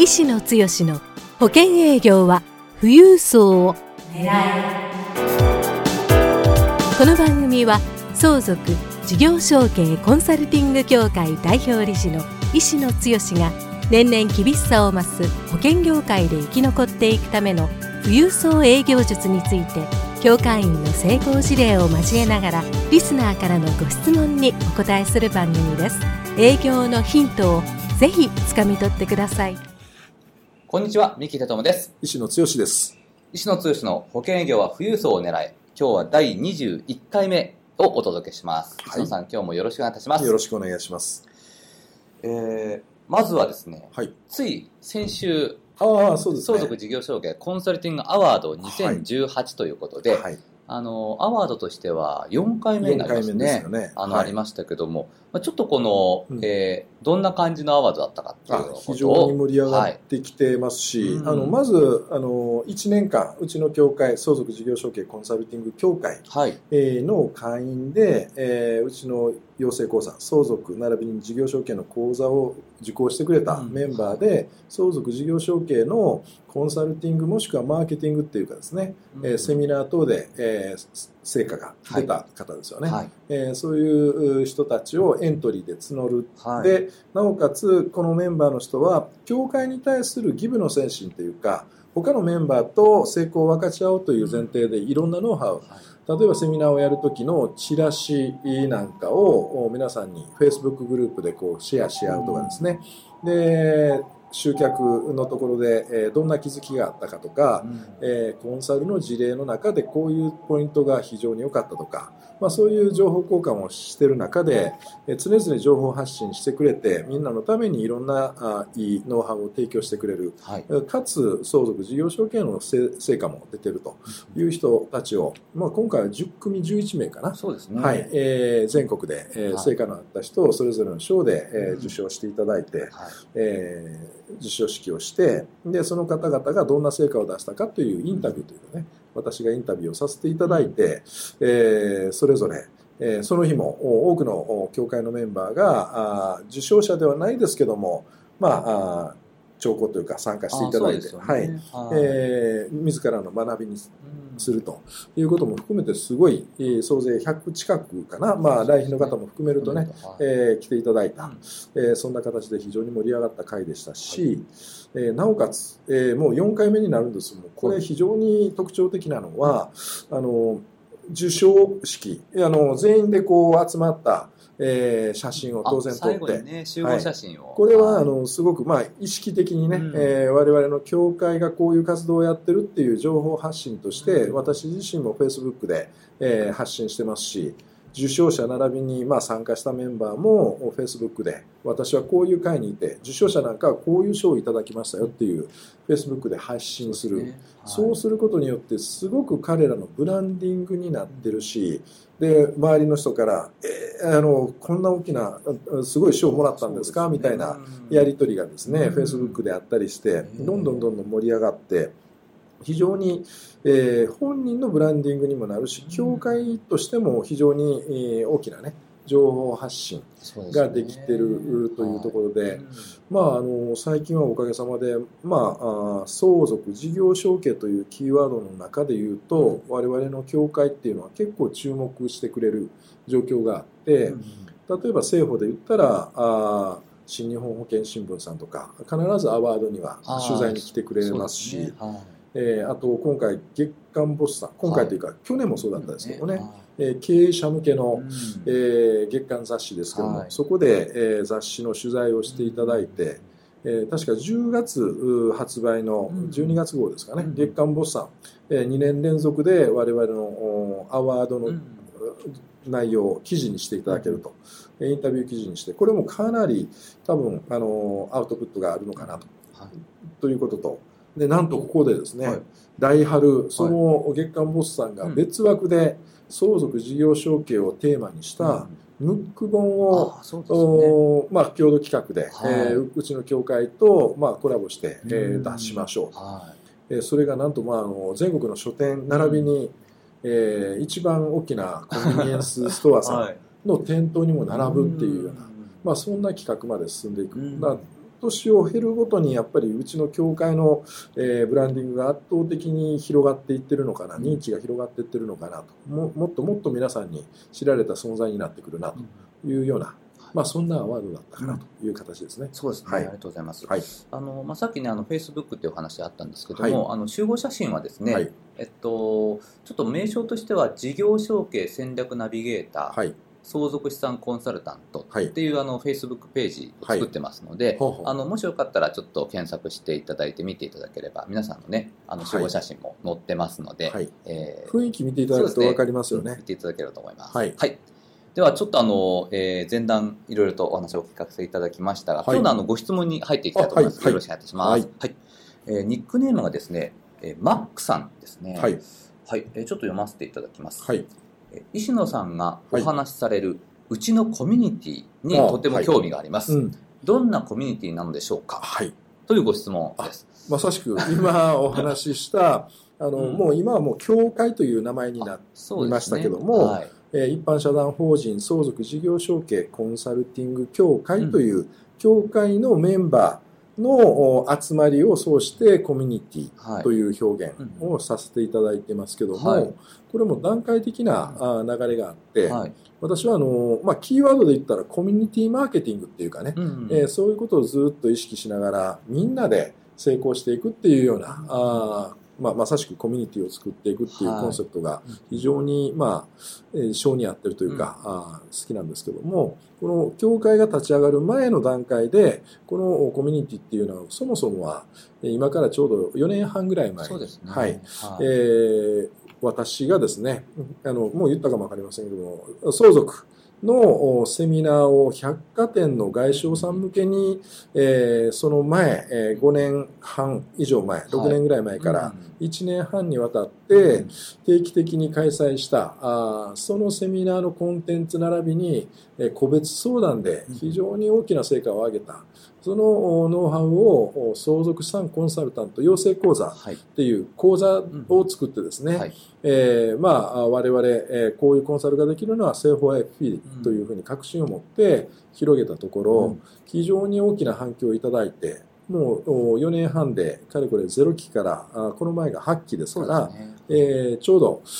石野剛の保険営業は富裕層を狙え。この番組は相続事業承継コンサルティング協会代表理事の石野剛が年々厳しさを増す保険業界で生き残っていくための富裕層営業術について、協会員の成功事例を交えながらリスナーからのご質問にお答えする番組です。営業のヒントをぜひつかみ取ってください。 こんにちは、三木哲友です。 石野剛です。 石野剛の保険営業は富裕層を狙え。今日は第21回目をお届けします。石野さん、今日もよろしくお願いいたします。 よろしくお願いします。 まずはですね、 はい、 つい先週、 そうですね、 相続事業承継コンサルティングアワード2018ということで、 はい、 アワードとしては4回目になりますね。 4回目ですよね。 ありましたけども、ちょっとこの、どんな感じのアワードだったかっていうことを非常に盛り上がってきてますし、まず1年間うちの協会相続事業承継コンサルティング協会の会員で、うちの養成講座相続並びに事業承継の講座を受講してくれたメンバーで、相続事業承継のコンサルティングもしくはマーケティングっていうかですね、セミナー等で、成果が出た方ですよね。そういう人たちをエントリーで募る。でなおかつこのメンバーの人は協会に対するギブの精神というか、他のメンバーと成功を分かち合おうという前提でいろんなノウハウ、例えばセミナーをやるときのチラシなんかを皆さんに Facebook グループでこうシェアし合うとかですね。で集客のところでどんな気づきがあったかとか、コンサルの事例の中でこういうポイントが非常に良かったとか、そういう情報交換をしている中で常々情報発信してくれて、みんなのためにいろんないいノウハウを提供してくれる、かつ相続事業承継の成果も出ているという人たちを、今回は10組11名かな。 そうですね。 全国で成果のあった人をそれぞれの賞で受賞していただいて、授賞式をして、でその方々がどんな成果を出したかというインタビューというかね、私がインタビューをさせていただいて、それぞれ、その日も多くの協会のメンバーが受賞者ではないですけども、聴講というか参加していただいて、自らの学びにするということも含めてすごい、総勢100近くかな、来賓の方も含めるとね、来ていただいた、そんな形で非常に盛り上がった回でしたし、なおかつ、もう4回目になるんですけども、これ非常に特徴的なのは、受賞式、全員でこう集まった写真を当然撮って、 最後にね、集合写真を、 これはすごく意識的にね、我々の協会がこういう活動をやってるっていう情報発信として、私自身も Facebook で、発信してますし、受賞者並びに参加したメンバーも Facebook で、私はこういう会にいて受賞者なんかはこういう賞をいただきましたよっていう Facebook で発信する。そうすることによってすごく彼らのブランディングになってるし、で周りの人からこんな大きなすごい賞をもらったんですかみたいなやり取りがですね、Facebook であったりしてどんどん盛り上がって、非常に、本人のブランディングにもなるし、協会としても非常に、大きなね情報発信ができているというところで、最近はおかげさまで、相続事業承継というキーワードの中で言うと、我々の協会っていうのは結構注目してくれる状況があって、例えば政法で言ったら新日本保険新聞さんとか必ずアワードには取材に来てくれますし、あと今回月刊ボスさん、今回というか去年もそうだったんですけどね、経営者向けの、月刊雑誌ですけども、そこで、雑誌の取材をしていただいて、確か10月発売の12月号ですかね、月刊ボスさん、2年連続で我々のアワードの内容を記事にしていただけると、インタビュー記事にして、これもかなり多分アウトプットがあるのかなということと、でなんとここでですね、来春その月刊ボスさんが別枠で相続事業承継をテーマにしたムック本を、共同企画で、うちの協会と、コラボして、出しましょうと、それがなんと、全国の書店並びに、一番大きなコンビニエンスストアさんの店頭にも並ぶっていうような、そんな企画まで進んでいく。 年を経るごとにやっぱりうちの協会の、ブランディングが圧倒的に広がっていってるのかな、認知が広がっていってるのかなと、もっともっと皆さんに知られた存在になってくるなというような、そんなワードだったかなという形ですね。 そうですね、 はい、 ありがとうございます。 はい、 さっきね、Facebook っていう話あったんですけども、はい、集合写真はですね、はい、ちょっと名称としては、事業承継戦略ナビゲーター、はい、相続資産コンサルタントっていう、Facebook ページを作ってますので、もしよかったらちょっと検索していただいて見ていただければ、皆さんのね、集合写真も載ってますので、 雰囲気見ていただくと分かりますよね。 見ていただければと思います。はい。ではちょっと前段いろいろとお話をお聞かせいただきましたが、今日のご質問に入っていきたいと思います。よろしくお願いします。ニックネームがですね、マックさんですね。はい。ちょっと読ませていただきます。はい。石野さんがお話しされるうちのコミュニティにとても興味があります。どんなコミュニティなのでしょうか。はい。というご質問です。 まさしく今お話ししたもう今はもう協会という名前になりましたけども、一般社団法人相続事業承継コンサルティング協会という協会のメンバーの集まりを総してコミュニティという表現をさせていただいてますけども、これも段階的な流れがあって、私はキーワードで言ったらコミュニティマーケティングっていうかね、そういうことをずっと意識しながらみんなで成功していくっていうようなまさしくコミュニティを作っていくっていうコンセプトが非常に性に合ってるというか、好きなんですけども、この協会が立ち上がる前の段階でこのコミュニティっていうのはそもそもは今からちょうど4年半ぐらい前に、私がですね、もう言ったかもわかりませんけども、相続のセミナーを百貨店の外商さん向けに、その前、5年半以上前、6年ぐらい前から1年半にわたって定期的に開催したそのセミナーのコンテンツ並びに個別相談で非常に大きな成果を上げた、そのノウハウを相続資産コンサルタント養成講座っていう講座を作ってですね、我々こういうコンサルができるのは正法 FP というふうに確信を持って広げたところ、非常に大きな反響をいただいて、もう4年半でかれこれ0期からこの前が8期ですから、ちょうど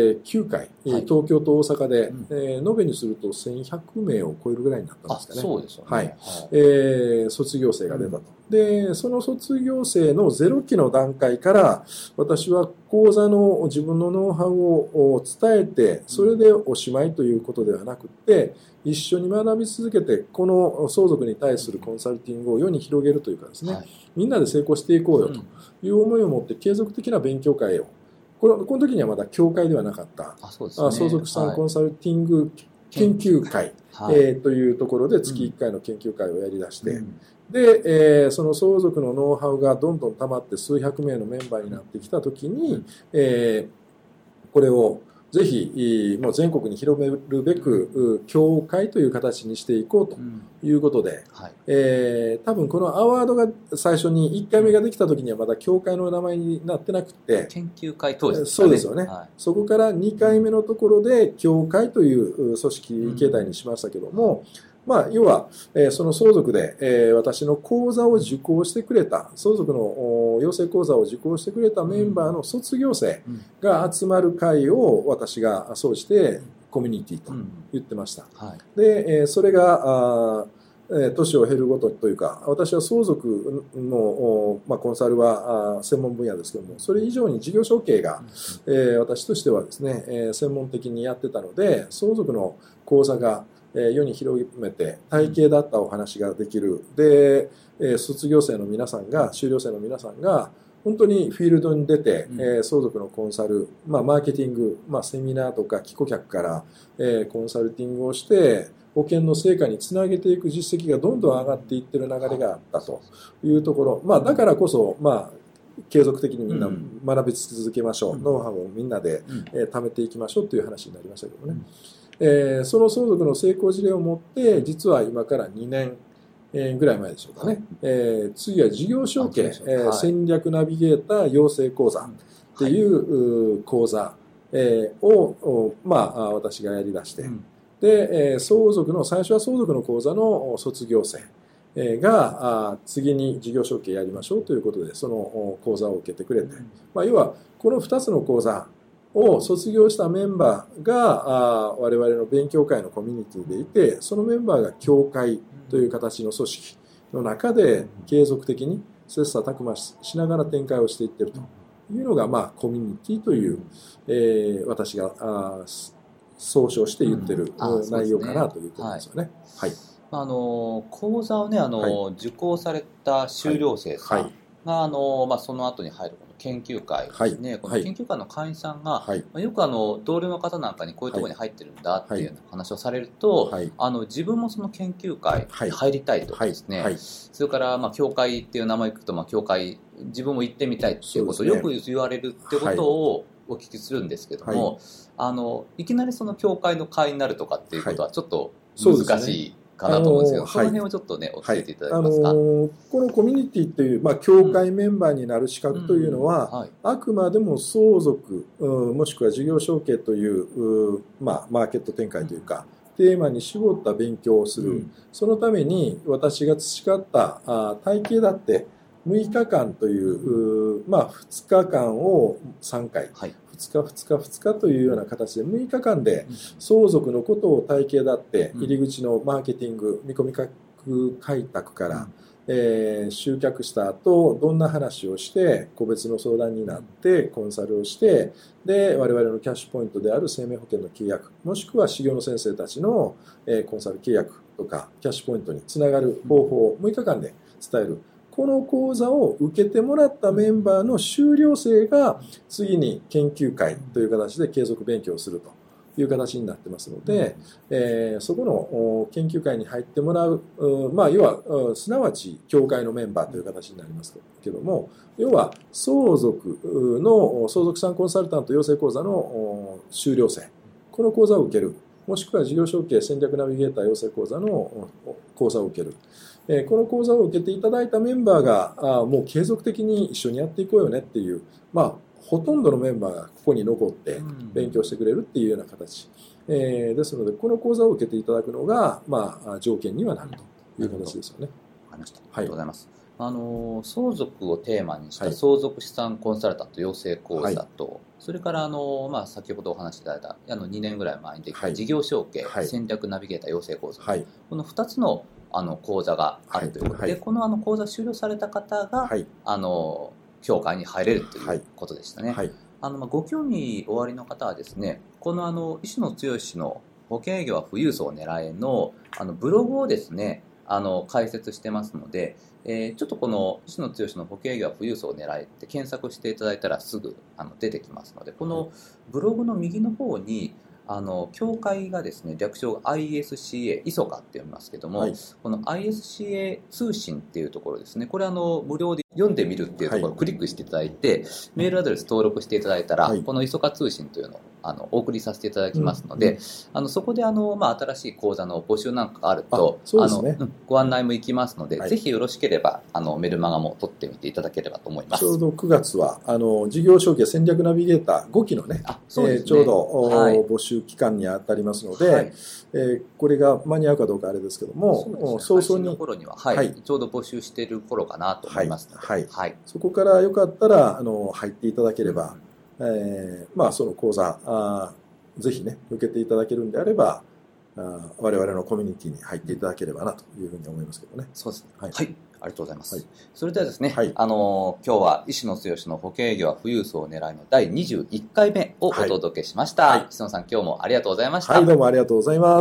9回、東京と大阪で延べにすると1100名を超えるぐらいになったんですかね。 そうですよね。 卒業生が出たと。でその卒業生の0期の段階から私は講座の自分のノウハウを伝えて、それでおしまいということではなくて、一緒に学び続けてこの相続に対するコンサルティングを世に広げるというかですね、みんなで成功していこうよという思いを持って継続的な勉強会を、この時にはまだ協会ではなかった相続資産コンサルティング研究会というところで月1回の研究会をやり出して、で、その相続のノウハウがどんどん溜まって数百名のメンバーになってきたときに、これをぜひもう全国に広めるべく協会という形にしていこうということで、多分このアワードが最初に1回目ができた時にはまだ協会の名前になってなくて、 研究会当時ですね。そうですよね。そこから2回目のところで協会という組織形態にしましたけども、要は、その相続で、私の講座を受講してくれた、相続の養成講座を受講してくれたメンバーの卒業生が集まる会を私が総じてコミュニティと言ってました。で、それが、年を経るごとというか、私は相続の、コンサルは専門分野ですけども、それ以上に事業承継が、私としてはですね、専門的にやってたので、相続の講座が世に広めて体系だったお話ができる。で、卒業生の皆さんが、修了生の皆さんが本当にフィールドに出て、相続のコンサル、マーケティング、セミナーとか寄顧客から、コンサルティングをして保険の成果につなげていく実績がどんどん上がっていってる流れがあったというところ、だからこそ継続的にみんな学び続けましょう、ノウハウをみんなで貯めていきましょうという話になりましたけどね。その相続の成功事例をもって、実は今から2年ぐらい前でしょうかね、次は事業承継、戦略ナビゲーター養成講座っていう講座を、私がやり出して、で、最初は相続の講座の卒業生が次に事業承継やりましょうということでその講座を受けてくれて、要はこの2つの講座を卒業したメンバーが我々の勉強会のコミュニティでいて、そのメンバーが協会という形の組織の中で継続的に切磋琢磨しながら展開をしていっているというのが、コミュニティという、私が総称して言ってる内容かなということですよね。はい。 講座をね受講された修了生さんが、その後に入るこの研究会ですね、この研究会の会員さんが、よく同僚の方なんかにこういうところに入ってるんだっていう話をされると、自分もその研究会に入りたいとかですね、それから教会っていう名前を聞くと、教会自分も行ってみたいっていうことをよく言われるってことをお聞きするんですけども、いきなりその教会の会員になるとかっていうことはちょっと難しいかなと思うんですけど、その辺をちょっとね教えていただけますか。 このコミュニティという、教会メンバーになる資格というのは、あくまでも相続、もしくは事業承継という、マーケット展開というかテーマに絞った勉強をする、そのために私が培った体系だって6日間という、2日間を3回、2日というような形で6日間で相続のことを体系だって入り口のマーケティング見込み価格開拓から、集客した後どんな話をして個別の相談になってコンサルをしてで我々のキャッシュポイントである生命保険の契約もしくは修行の先生たちのコンサル契約とかキャッシュポイントにつながる方法を6日間で伝える。この講座を受けてもらったメンバーの修了生が次に研究会という形で継続勉強をするという形になってますので、そこの研究会に入ってもらう、要はすなわち協会のメンバーという形になりますけども、要は相続資産コンサルタント養成講座の修了生、この講座を受ける、もしくは事業承継戦略ナビゲーター養成講座の講座を受ける。この講座を受けていただいたメンバーがもう継続的に一緒にやっていこうよねっていう、ほとんどのメンバーがここに残って勉強してくれるっていうような形、ですのでこの講座を受けていただくのが、条件にはなるという形ですよね。 わかりました。ありがとうございます。相続をテーマにした相続資産コンサルタント養成講座と、それから先ほどお話しいただいた2年ぐらい前にできた事業承継戦略ナビゲーター養成講座、この2つの講座があるということで、この講座終了された方が、協会に入れるということでしたね。ご興味おありの方はですね、この石野剛の保険営業は富裕層を狙えのブログをですね解説してますので、ちょっとこの石野剛の保険営業は富裕層を狙えって検索していただいたらすぐ出てきますので、このブログの右の方に協会がですね、略称が ISCA、ISOCA って読みますけども、この ISCA 通信っていうところですね、これ無料で読んでみるっていうところをクリックしていただいて、メールアドレス登録していただいたら、この ISOCA 通信というのをお送りさせていただきますので、そこで新しい講座の募集なんかがあると、ご案内も行きますので、ぜひよろしければメルマガも取ってみていただければと思います。 ちょうど9月は事業承継戦略ナビゲーター5期のね、ちょうど募集期間に当たりますので、これが間に合うかどうかあれですけども、 早々にの頃には、ちょうど募集している頃かなと思いますので、 そこからよかったら入っていただければ、その講座ぜひね受けていただけるんであれば我々のコミュニティに入っていただければなというふうに思いますけどね。 そうですね。はい、ありがとうございます。それではですね、今日は石野剛の保険営業は富裕層を狙いの第21回目をお届けしました。石野さん、今日もありがとうございました。 どうもありがとうございます。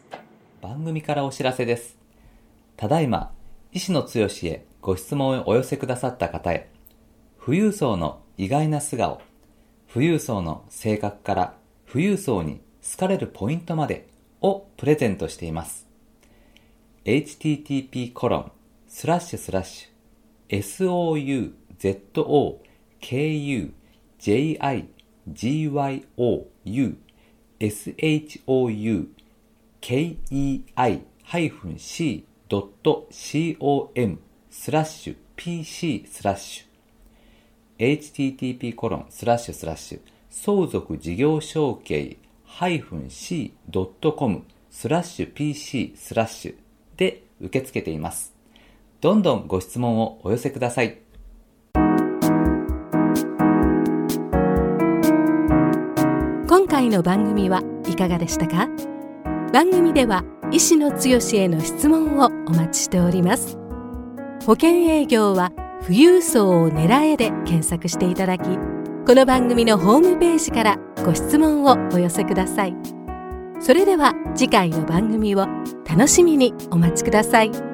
番組からお知らせです。ただいま石野剛へご質問をお寄せくださった方へ、富裕層の意外な素顔、富裕層の性格から富裕層に好かれるポイントまでをプレゼントしています。http://souzokugioukei-pc/pc/ http:// 相続事業承継-c.com/pc/ で受け付けています。 どんどんご質問をお寄せください。 今回の番組はいかがでしたか？番組では石野剛への質問をお待ちしております。保険営業は富裕層を狙えで検索していただき、この番組のホームページからご質問をお寄せください。それでは次回の番組を楽しみにお待ちください。